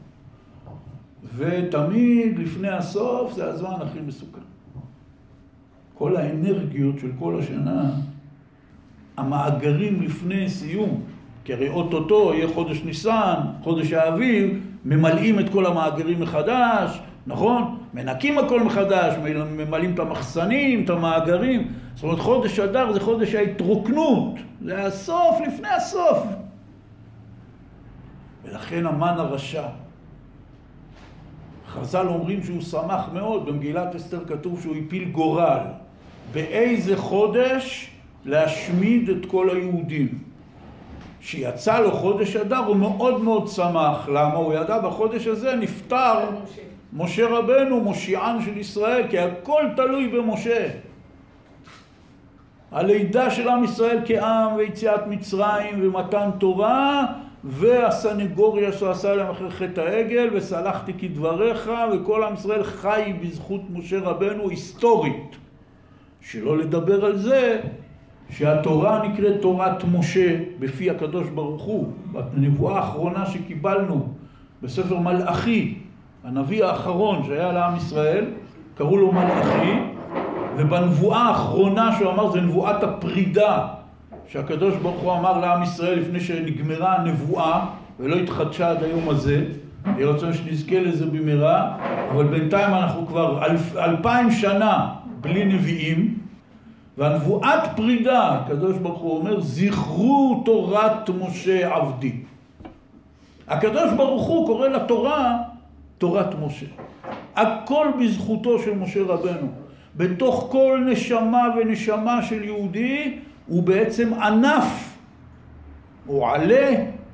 ותמיד לפני הסוף זה הזמן הכי מסוכן. כל האנרגיות של כל השנה, המאגרים לפני סיום, כי הרי אוטוטו יהיה חודש ניסן, חודש האביב, ממלאים את כל המאגרים מחדש, נכון? מנקים הכל מחדש, ממלאים את המחסנים, את המאגרים. זאת אומרת, חודש אדר זה חודש ההתרוקנות, זה הסוף לפני הסוף. ולכן המן הרשע חז"ל אומרים שהוא שמח מאוד, במגילת אסתר כתוב שהוא הפיל גורל. באיזה חודש להשמיד את כל היהודים. שיצא לו חודש אדר הוא מאוד מאוד שמח. למה? הוא ידע בחודש הזה נפטר משה, משה רבנו, מושיען של ישראל, כי הכל תלוי במשה. הלידה של עם ישראל כעם ויציאת מצרים ומתן תורה והסנגוריה שהוא עשה להם אחרי חטא העגל וסלחתי כדבריך, וכל עם ישראל חי בזכות משה רבנו היסטורית. שלא לדבר על זה שהתורה נקראת תורת משה בפי הקדוש ברוך הוא. בנבואה האחרונה שקיבלנו בספר מלאכי, הנביא האחרון שהיה לעם ישראל, קראו לו מלאכי, ובנבואה האחרונה שהוא אמר זה נבואת הפרידה, שהקדוש ברוך הוא אמר לעם ישראל לפני שנגמרה הנבואה ולא התחדשה עד היום הזה. אני רוצה שנזכה לזה במהרה, אבל בינתיים אנחנו כבר אלף, אלפיים שנה בלי נביאים, והנבואת פרידה, הקדוש ברוך הוא אומר, זכרו תורת משה עבדי. הקדוש ברוך הוא קורא לתורה תורת משה. הכל בזכותו של משה רבנו. בתוך כל נשמה ונשמה של יהודי הוא בעצם ענף או עלה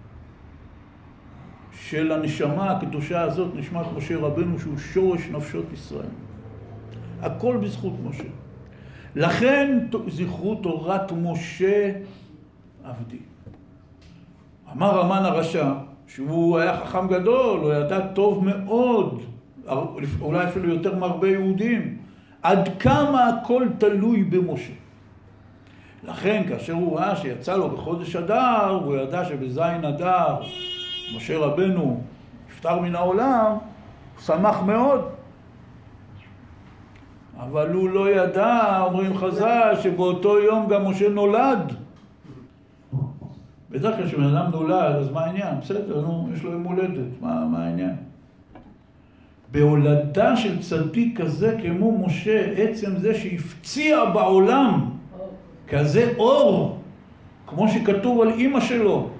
של הנשמה הקדושה הזאת, נשמת משה רבנו, שהוא שורש נפשות ישראל. הכל בזכות משה. לכן זכרו תורת משה עבדי. אמר המן הרשע, שהוא היה חכם גדול, הוא ידע טוב מאוד, אולי אפילו יותר מהרבה יהודים, עד כמה הכל תלוי במשה. לכן כאשר הוא ראה שיצא לו בחודש אדר, והוא ידע שבזין אדר משה רבנו נפטר מן העולם, הוא שמח מאוד. אבל הוא לא ידע, אומרים חז"ל, שבאותו יום גם משה נולד. בדרך כלל כשבן אדם נולד, אז מה העניין? בסדר, נו, יש לו יום הולדת, מה, מה העניין? בהולדה של צדיק כזה כמו משה, עצם זה שהפציע בעולם כזה אור, כמו שכתוב על אמא שלו,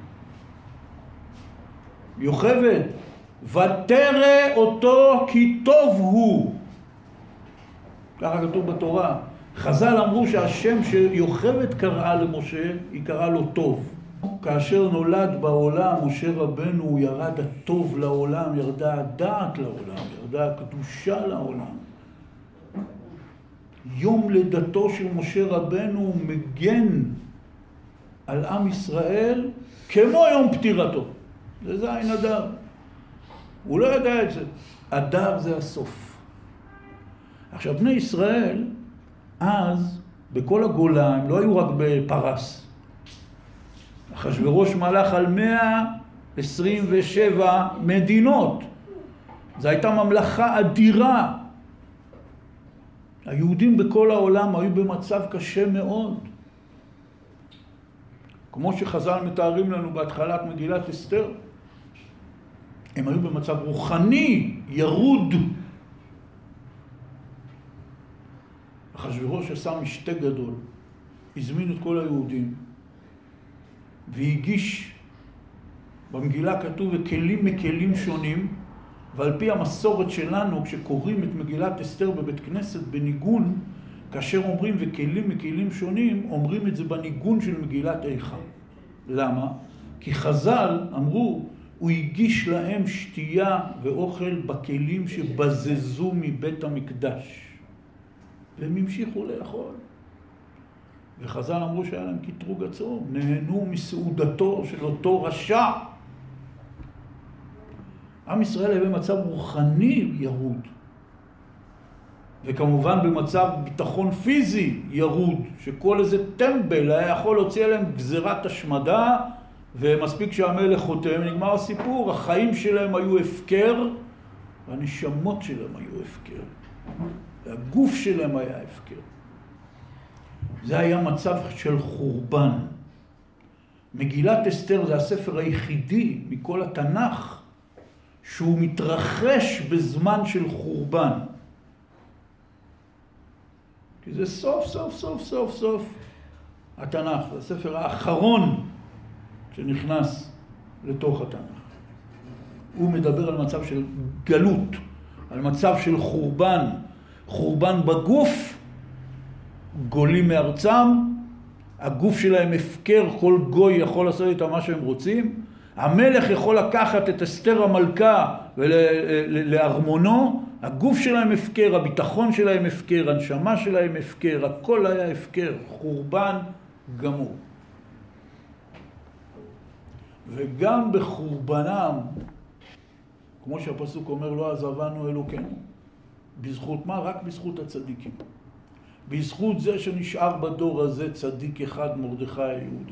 יוכבד, ותרא אותו כי טוב הוא. ככה כתוב בתורה. חז"ל אמרו שהשם שיוכבד קראה למשה, היא קראה לו טוב. כאשר נולד בעולם משה רבנו, הוא ירד הטוב לעולם, ירדה הדעת לעולם, ירדה הקדושה לעולם. יום לידתו של משה רבנו מגן על עם ישראל כמו יום פטירתו. זה זין אדר. הוא לא ידע את זה. אדר זה הסוף. עכשיו, בני ישראל, אז, בכל הגולה, הם לא היו רק בפרס. אחשוורוש מלך על מאה עשרים ושבע מדינות. זו הייתה ממלכה אדירה. היהודים בכל העולם היו במצב קשה מאוד. כמו שחז"ל מתארים לנו בהתחלת מגילת אסתר. הם היו במצב רוחני, ירוד. אחשוורוש עשה משתה גדול, הזמין את כל היהודים, והגיש, במגילה כתוב, וכלים מכלים שונים, ועל פי המסורת שלנו, כשקוראים את מגילת אסתר בבית כנסת בניגון, כאשר אומרים וכלים מכלים שונים, אומרים את זה בניגון של מגילת איכה. למה? כי חז"ל אמרו, הוא הגיש להם שתייה ואוכל בכלים שבזזו מבית המקדש. והם המשיכו לאכול. וחז"ל אמרו שהיה להם קטרוג עצום, נהנו מסעודתו של אותו רשע. עם ישראל היה במצב רוחני ירוד. וכמובן במצב ביטחון פיזי ירוד, שכל איזה טמבל היה יכול להוציא עליהם גזירת השמדה, ומספיק שהמלך חותם, נגמר הסיפור, החיים שלהם היו הפקר, והנשמות שלהם היו הפקר. והגוף שלהם היה הפקר. זה היה מצב של חורבן. מגילת אסתר זה הספר היחידי מכל התנ"ך, שהוא מתרחש בזמן של חורבן. כי זה סוף סוף סוף סוף סוף התנ"ך, זה הספר האחרון שנכנס לתוך התנ"ך. הוא מדבר על מצב של גלות. על מצב של חורבן, חורבן בגוף, גולים מארצם, הגוף שלהם הפקר, כל גוי יכול לעשות איתם מה שהם רוצים, המלך יכול לקחת את אסתר המלכה ולארמונו, הגוף שלהם הפקר, הביטחון שלהם הפקר, הנשמה שלהם הפקר, הכל היה הפקר, חורבן גמור. וגם בחורבנם, כמו שהפסוק אומר, לא עזבנו אלוקינו. בזכות מה? רק בזכות הצדיקים. בזכות זה שנשאר בדור הזה צדיק אחד, מרדכי היהודי.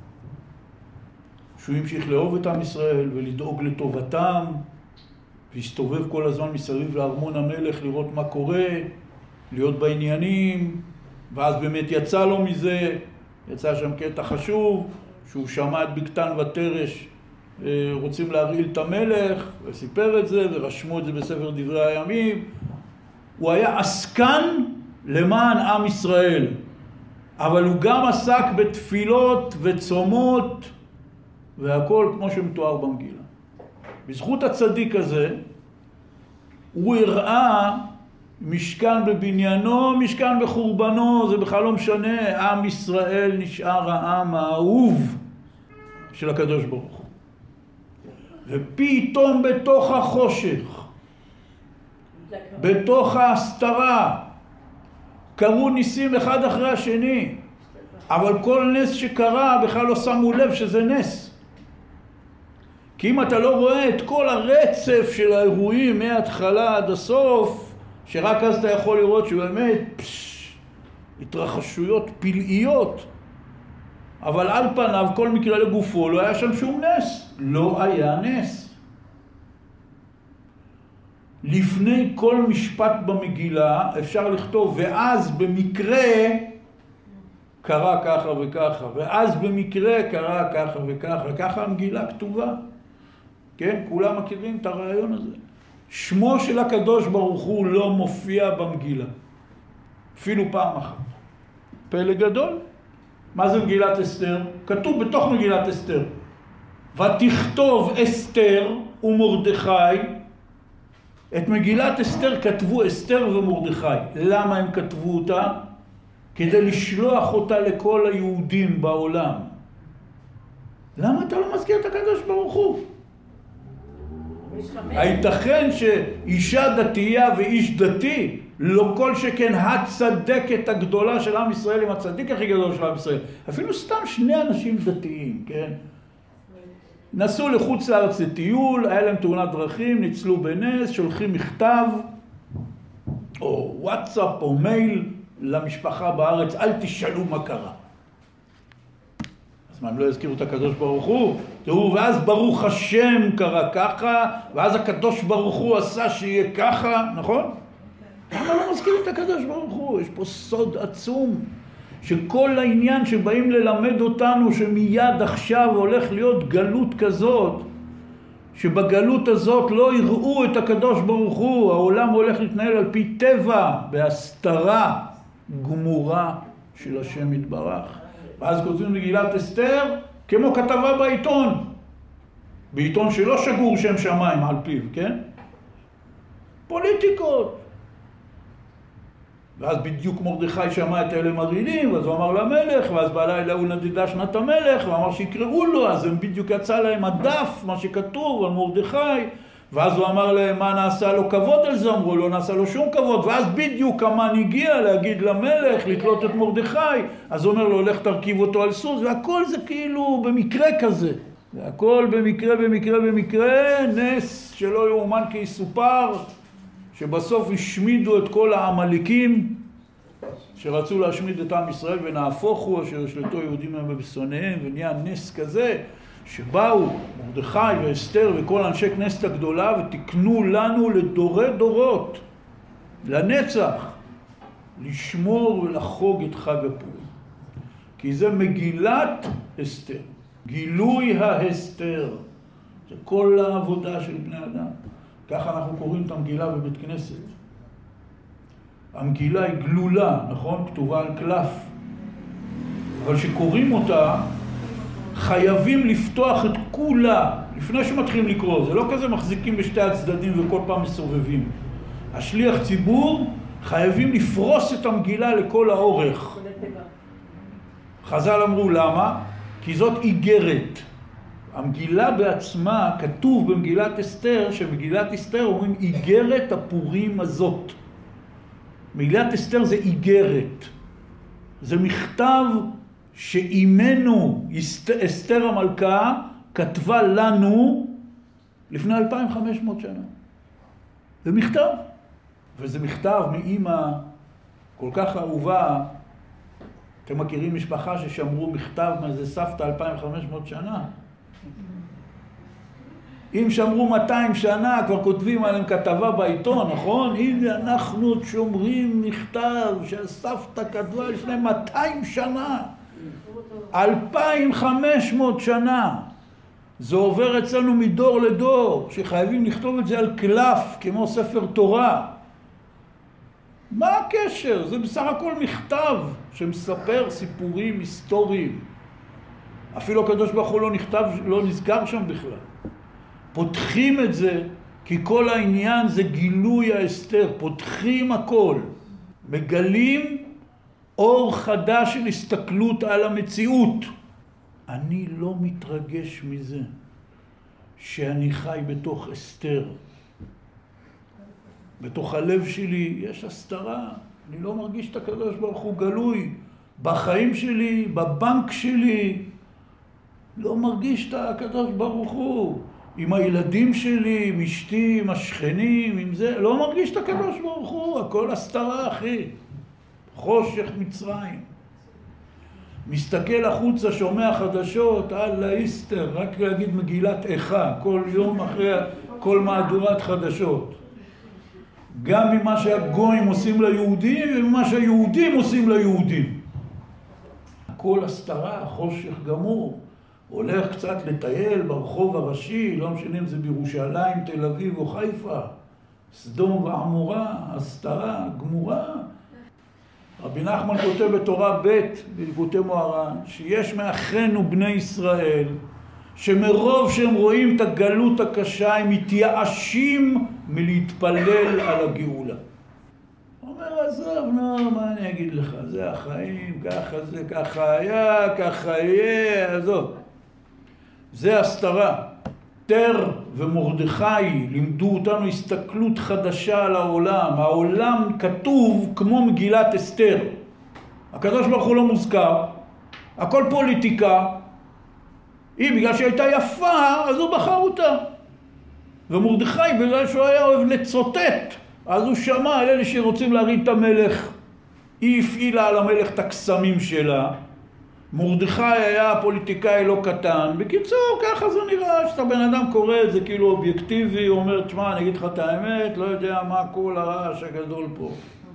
שהוא המשיך לאהוב את עם ישראל ולדאוג לטובתם, והסתובב כל הזמן מסביב לארמון המלך לראות מה קורה, להיות בעניינים, ואז באמת יצא לו מזה, יצא שם קטע חשוב, שהוא שמע את בקתן ותרש, רוצים להרעיל את המלך, וסיפר את זה, ורשמו את זה בספר דברי הימים. הוא היה עסקן למען עם ישראל, אבל הוא גם עסק בתפילות וצומות, והכל כמו שמתואר במגילה. בזכות הצדיק הזה, הוא הראה משכן בבניינו, משכן בחורבנו, זה בכלל לא משנה, עם ישראל נשאר העם האהוב של הקדוש ברוך הוא. ופתאום בתוך החושך, בתוך ההסתרה, קרו ניסים אחד אחרי השני, אבל כל נס שקרה בכלל לא שמו לב שזה נס. כי אם אתה לא רואה את כל הרצף של האירועים מההתחלה עד הסוף, שרק אז אתה יכול לראות שבאמת פש, התרחשויות פלאיות, אבל על פניו כל מקרה לגופו לא היה שם שום נס. לא היה נס. לפני כל משפט במגילה אפשר לכתוב ואז במקרה קרה ככה וככה, ואז במקרה קרה ככה וככה, וככה המגילה כתובה. כן, כולם מכירים את הרעיון הזה. שמו של הקדוש ברוך הוא לא מופיע במגילה, אפילו פעם אחת. פלא גדול. מה זה מגילת אסתר? כתוב בתוך מגילת אסתר, ותכתוב אסתר ומרדכי. את מגילת אסתר כתבו אסתר ומרדכי. למה הם כתבו אותה? כדי לשלוח אותה לכל היהודים בעולם. למה אתה לא מזכיר את הקדוש ברוך הוא? הייתכן שאישה דתייה ואיש דתי, לא כל שכן הצדקת הגדולה של עם ישראל עם הצדיק הכי גדול של עם ישראל. אפילו סתם שני אנשים דתיים, כן? נסעו לחוץ לארץ לטיול, היה להם תאונת דרכים, ניצלו בנס, שולחים מכתב, או וואטסאפ או מייל למשפחה בארץ, אל תשאלו מה קרה. אז מה, הם לא יזכירו את הקדוש ברוך הוא? תראו, ואז ברוך השם קרה ככה, ואז הקדוש ברוך הוא עשה שיהיה ככה, נכון? למה לא מזכירים את הקדוש ברוך הוא? יש פה סוד עצום, שכל העניין שבאים ללמד אותנו שמיד עכשיו הולך להיות גלות כזאת, שבגלות הזאת לא יראו את הקדוש ברוך הוא, העולם הולך להתנהל על פי טבע, בהסתרה גמורה של השם יתברך. ואז כותבים מגילת אסתר כמו כתבה בעיתון, בעיתון שלא שגור שם שמיים על פיו, כן? פוליטיקות. ואז בדיוק מרדכי שמע את אלה מרעילים, ואז הוא אמר למלך, ואז בלילה הוא נדידה שנת המלך, ואמר שיקראו לו, אז הם בדיוק יצא להם הדף, מה שכתוב על מרדכי, ואז הוא אמר להם מה נעשה לו כבוד על זה, אמרו לא נעשה לו שום כבוד, ואז בדיוק המן הגיע להגיד למלך, לתלות את מרדכי, אז הוא אומר לו, הולך תרכיב אותו על סוס, והכל זה כאילו במקרה כזה, והכל במקרה, במקרה, במקרה, נס שלא יאומן כי יסופר, שבסוף השמידו את כל העמליקים שרצו להשמיד את עם ישראל, ונהפוך הוא אשר השלטו יהודים מהם בשונאיהם, ונהיה נס כזה שבאו מרדכי ואסתר וכל אנשי כנסת הגדולה ותקנו לנו לדורי דורות, לנצח, לשמור ולחוג את חג הפורים. כי זה מגילת אסתר, גילוי ההסתר, זה כל העבודה של בני אדם. ככה אנחנו קוראים את המגילה בבית כנסת. המגילה היא גלולה, נכון? כתובה על קלף. אבל שקוראים אותה, חייבים לפתוח את כולה לפני שמתחילים לקרוא. זה לא כזה מחזיקים בשתי הצדדים וכל פעם מסובבים. השליח ציבור חייבים לפרוס את המגילה לכל האורך. חז"ל אמרו למה? כי זאת איגרת. המגילה בעצמה, כתוב במגילת אסתר, שמגילת אסתר אומרים איגרת הפורים הזאת. מגילת אסתר זה איגרת. זה מכתב שאימנו אסתר המלכה כתבה לנו לפני אלפיים וחמש מאות שנה. זה מכתב. וזה מכתב מאמא כל כך אהובה. אתם מכירים משפחה ששמרו מכתב מאיזה סבתא אלפיים וחמש מאות שנה? אם שמרו מאתיים שנה, כבר כותבים עליהם כתבה בעיתון, נכון? הנה אנחנו שומרים מכתב שהסבתא כתבה לפני מאתיים שנה. אלפיים וחמש מאות שנה. זה עובר אצלנו מדור לדור, שחייבים לכתוב את זה על קלף, כמו ספר תורה. מה הקשר? זה בסך הכל מכתב שמספר סיפורים היסטוריים. אפילו הקדוש ברוך הוא לא נכתב, לא נזכר שם בכלל. פותחים את זה, כי כל העניין זה גילוי האסתר. פותחים הכל. מגלים אור חדש של הסתכלות על המציאות. אני לא מתרגש מזה שאני חי בתוך אסתר. בתוך הלב שלי יש הסתרה. אני לא מרגיש את הקדוש ברוך הוא גלוי. בחיים שלי, בבנק שלי, לא מרגיש את הקדוש ברוך הוא. עם הילדים שלי, עם אשתי, עם השכנים, עם זה, לא מרגיש את הקדוש ברוך הוא. הכל הסתרה, אחי. חושך מצרים. מסתכל החוצה, שומע חדשות, אללה אסתר, רק להגיד מגילת איכה, כל יום אחרי כל מהדורת חדשות. גם ממה שהגויים עושים ליהודים וממה שהיהודים עושים ליהודים. הכל הסתרה, חושך גמור. הולך קצת לטייל ברחוב הראשי, לא משנה אם זה בירושלים, תל אביב או חיפה. סדום ועמורה, הסתרה, גמורה. רבי נחמן כותב בתורה ב' בליקוטי מוהר"ן, שיש מאחינו בני ישראל, שמרוב שהם רואים את הגלות הקשה, הם מתייאשים מלהתפלל על הגאולה. הוא אומר, עזוב, נו, מה אני אגיד לך? זה החיים, ככה זה, ככה היה, ככה יהיה, עזוב. זה הסתרה. אסתר ומרדכי לימדו אותנו הסתכלות חדשה על העולם. העולם כתוב כמו מגילת אסתר. הקדוש ברוך הוא לא מוזכר. הכל פוליטיקה. היא בגלל שהיא הייתה יפה, אז הוא בחר אותה. ומרדכי בגלל שהוא היה אוהב לצוטט, אז הוא שמע על אלה שרוצים להריד את המלך. היא הפעילה על המלך את הקסמים שלה. מרדכי היה פוליטיקאי לא קטן. בקיצור, ככה זה נראה, שאתה בן אדם קורא את זה כאילו אובייקטיבי, הוא אומר, תשמע, אני אגיד לך את האמת, לא יודע מה כל הרעש הגדול פה.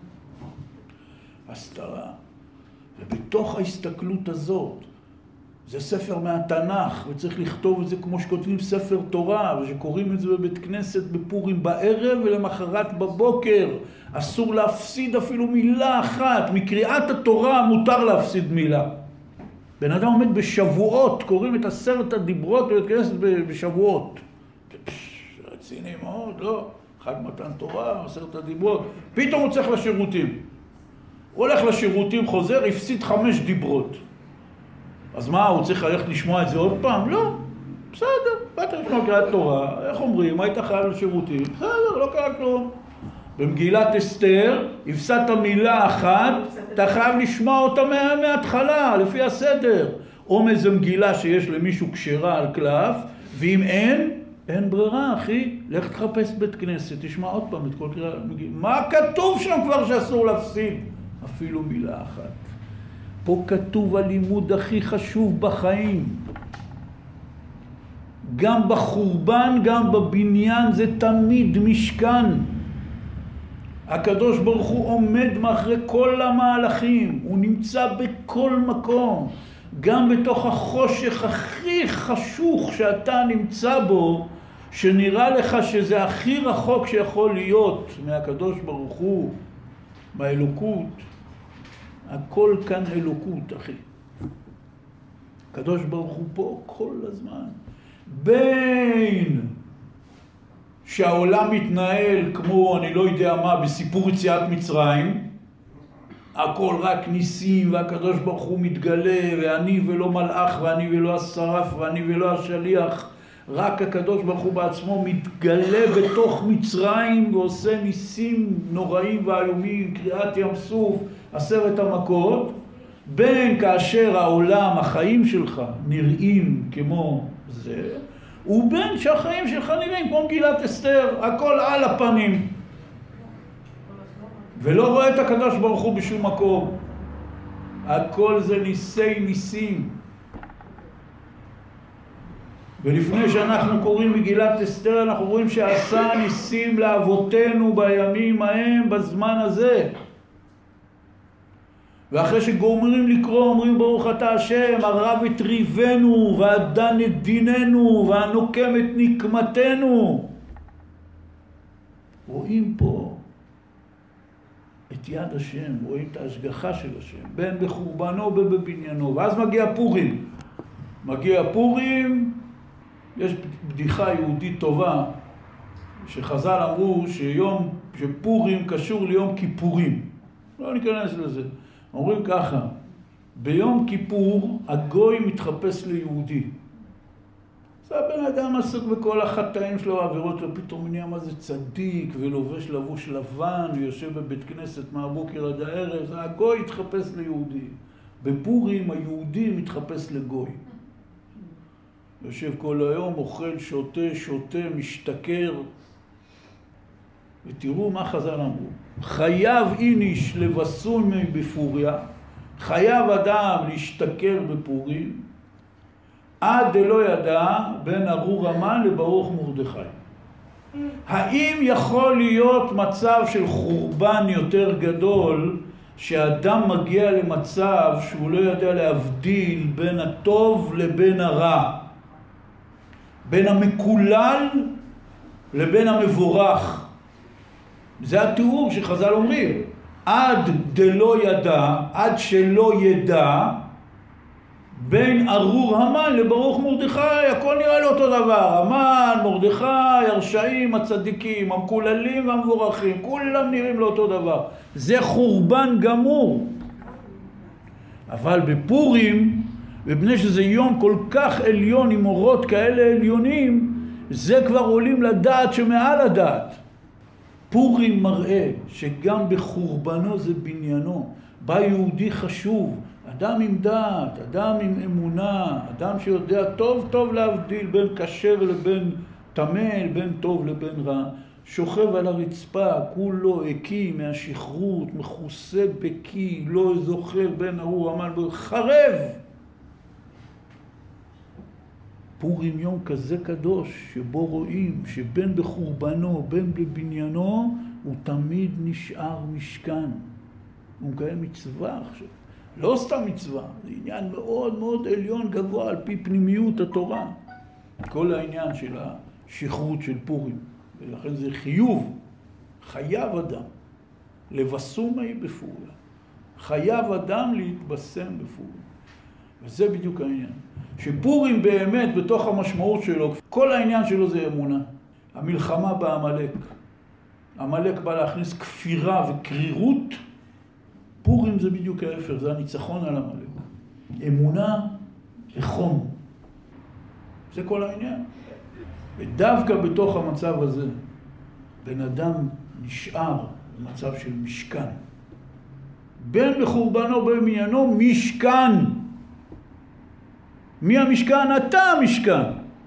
הסתרה. ובתוך ההסתכלות הזאת, זה ספר מהתנ"ך, וצריך לכתוב את זה כמו שכותבים ספר תורה, ושקוראים את זה בבית כנסת בפורים בערב ולמחרת בבוקר. אסור להפסיד אפילו מילה אחת. מקריאת התורה מותר להפסיד מילה. בן אדם עומד בשבועות, קוראים את עשרת הדיברות בבית כנסת בשבועות. רציני מאוד, לא? חג מתן תורה, עשרת הדיברות. פתאום הוא צריך לשירותים. הוא הולך לשירותים, חוזר, הפסיד חמש דיברות. אז מה, הוא צריך ללכת לשמוע את זה עוד פעם? לא. בסדר, באת לשמוע קריאת תורה, איך אומרים? היית חייב לשירותים? בסדר, לא קרה כלום. במגילת אסתר, הפסדת מילה אחת, אתה חייב לשמוע אותה מה, מההתחלה, לפי הסדר. או מאיזו מגילה שיש למישהו קשרה על קלף, ואם אין, אין ברירה, אחי. לך תחפש בית כנסת, תשמע עוד פעם את כל קריאה. מה כתוב שם כבר שאסור להפסיד? אפילו מילה אחת. פה כתוב הלימוד הכי חשוב בחיים. גם בחורבן, גם בבניין, זה תמיד משכן. הקדוש ברוך הוא עומד מאחורי כל המהלכים. הוא נמצא בכל מקום. גם בתוך החושך הכי חשוך שאתה נמצא בו, שנראה לך שזה הכי רחוק שיכול להיות מהקדוש ברוך הוא, מהאלוקות. הכל כאן אלוקות, אחי. הקדוש ברוך הוא פה כל הזמן. בין שהעולם מתנהל כמו אני לא יודע מה בסיפור יציאת מצרים, הכל רק ניסים והקדוש ברוך הוא מתגלה ואני ולא מלאך ואני ולא השרף ואני ולא השליח, רק הקדוש ברוך הוא בעצמו מתגלה בתוך מצרים ועושה ניסים נוראים ואיומים, קריאת ים סוף, עשרת המכות, בין כאשר העולם, החיים שלך נראים כמו זה, ובין שהחיים שלך נראים כמו מגילת אסתר, הכל על הפנים. ולא רואה את הקדוש ברוך הוא בשום מקום. הכל זה ניסי ניסים. ולפני שאנחנו קוראים מגילת אסתר, אנחנו רואים שעשה ניסים לאבותינו בימים ההם, בזמן הזה. ואחרי שגומרים לקרוא, אומרים ברוך אתה השם, הרב את ריבנו, והדן את דיננו, והנוקם את נקמתנו. רואים פה את יד השם, רואים את ההשגחה של השם, בין בחורבנו ובין בבניינו. ואז מגיע פורים. מגיע פורים, יש בדיחה יהודית טובה, שחז"ל אמרו שיום, שפורים קשור ליום כיפורים. לא ניכנס לזה. אומרים ככה, ביום כיפור הגוי מתחפש ליהודי. זה הבן אדם עסוק בכל החטאים שלו, העבירות שלו, פתאום נהיה מה זה צדיק ולובש לבוש לבן ויושב בבית כנסת מהבוקר עד הערב, זה הגוי התחפש ליהודי. בפורים היהודי מתחפש לגוי. יושב כל היום, אוכל, שותה, שותה, משתכר. ותראו מה חז"ל אמרו. חייב איניש לבסון בפוריה, חייב אדם להשתכר בפורים, עד דלא ידע בין ארור המן לברוך מרדכי. האם יכול להיות מצב של חורבן יותר גדול, שאדם מגיע למצב שהוא לא יודע להבדיל בין הטוב לבין הרע, בין המקולל לבין המבורך? זה התיאור שחז"ל אומרים, עד דלא ידע, עד שלא ידע, בין ארור המן לברוך מרדכי, הכל נראה לו אותו דבר. המן, מרדכי, הרשעים, הצדיקים, המקוללים והמבורכים, כולם נראים לו אותו דבר. זה חורבן גמור. אבל בפורים, ובני שזה יום כל כך עליון עם אורות כאלה עליונים, זה כבר עולים לדעת שמעל הדעת. פורים מראה שגם בחורבנו זה בניינו. בא יהודי חשוב, אדם עם דעת, אדם עם אמונה, אדם שיודע טוב טוב להבדיל בין כשר לבין טמא, בין טוב לבין רע. שוכב על הרצפה, כולו הקיא מהשכרות, מכוסה בקיא, לא זוכר בין ארור המן, חרב. פורים יום כזה קדוש, שבו רואים שבין בחורבנו, בין בבניינו, הוא תמיד נשאר משכן. הוא מקיים מצווה עכשיו. לא סתם מצווה, זה עניין מאוד מאוד עליון גבוה על פי פנימיות התורה. כל העניין של השכרות של פורים. ולכן זה חיוב, חייב אדם לבסומי בפוריה. חייב אדם להתבשם בפוריה. וזה בדיוק העניין. שפורים באמת בתוך המשמעות שלו, כל העניין שלו זה אמונה. המלחמה בעמלק. עמלק בא להכניס כפירה וקרירות. פורים זה בדיוק ההפך, זה הניצחון על עמלק. אמונה וחום. זה כל העניין. ודווקא בתוך המצב הזה, בן אדם נשאר במצב של משכן. בין בחורבנו בין בניינו, משכן. מי המשכן? אתה המשכן.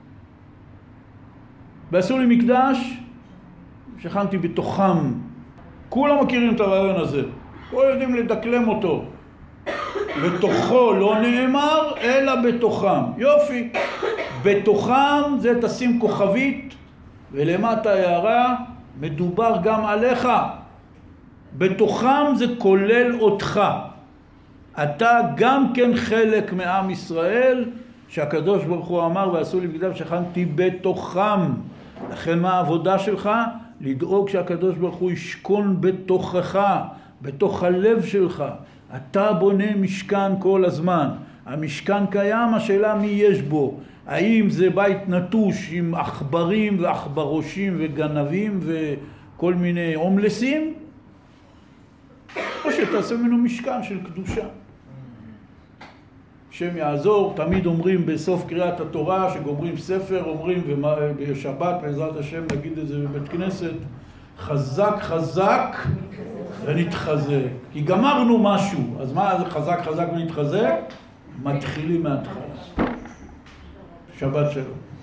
ועשו לי מקדש, שכנתי בתוכם. כולם מכירים את הרעיון הזה. לא יודעים לדקלם אותו. בתוכו לא נאמר, אלא בתוכם. יופי. בתוכם זה תשים כוכבית, ולמטה הערה, מדובר גם עליך. בתוכם זה כולל אותך. אתה גם כן חלק מעם ישראל, שהקדוש ברוך הוא אמר, ועשו לי מקדש שכנתי בתוכם. לכן מה העבודה שלך? לדאוג שהקדוש ברוך הוא ישכון בתוכך, בתוך הלב שלך. אתה בונה משכן כל הזמן. המשכן קיים, השאלה מי יש בו. האם זה בית נטוש עם עכברים ועכברושים וגנבים וכל מיני הומלסים? או שתעשה ממנו משכן של קדושה. שם יעזור, תמיד אומרים בסוף קריאת התורה, שגומרים ספר, אומרים, ובשבת בעזרת השם נגיד את זה בבית כנסת, חזק חזק ונתחזק. כי גמרנו משהו, אז מה זה חזק חזק ונתחזק? מתחילים מההתחלה. שבת שלום.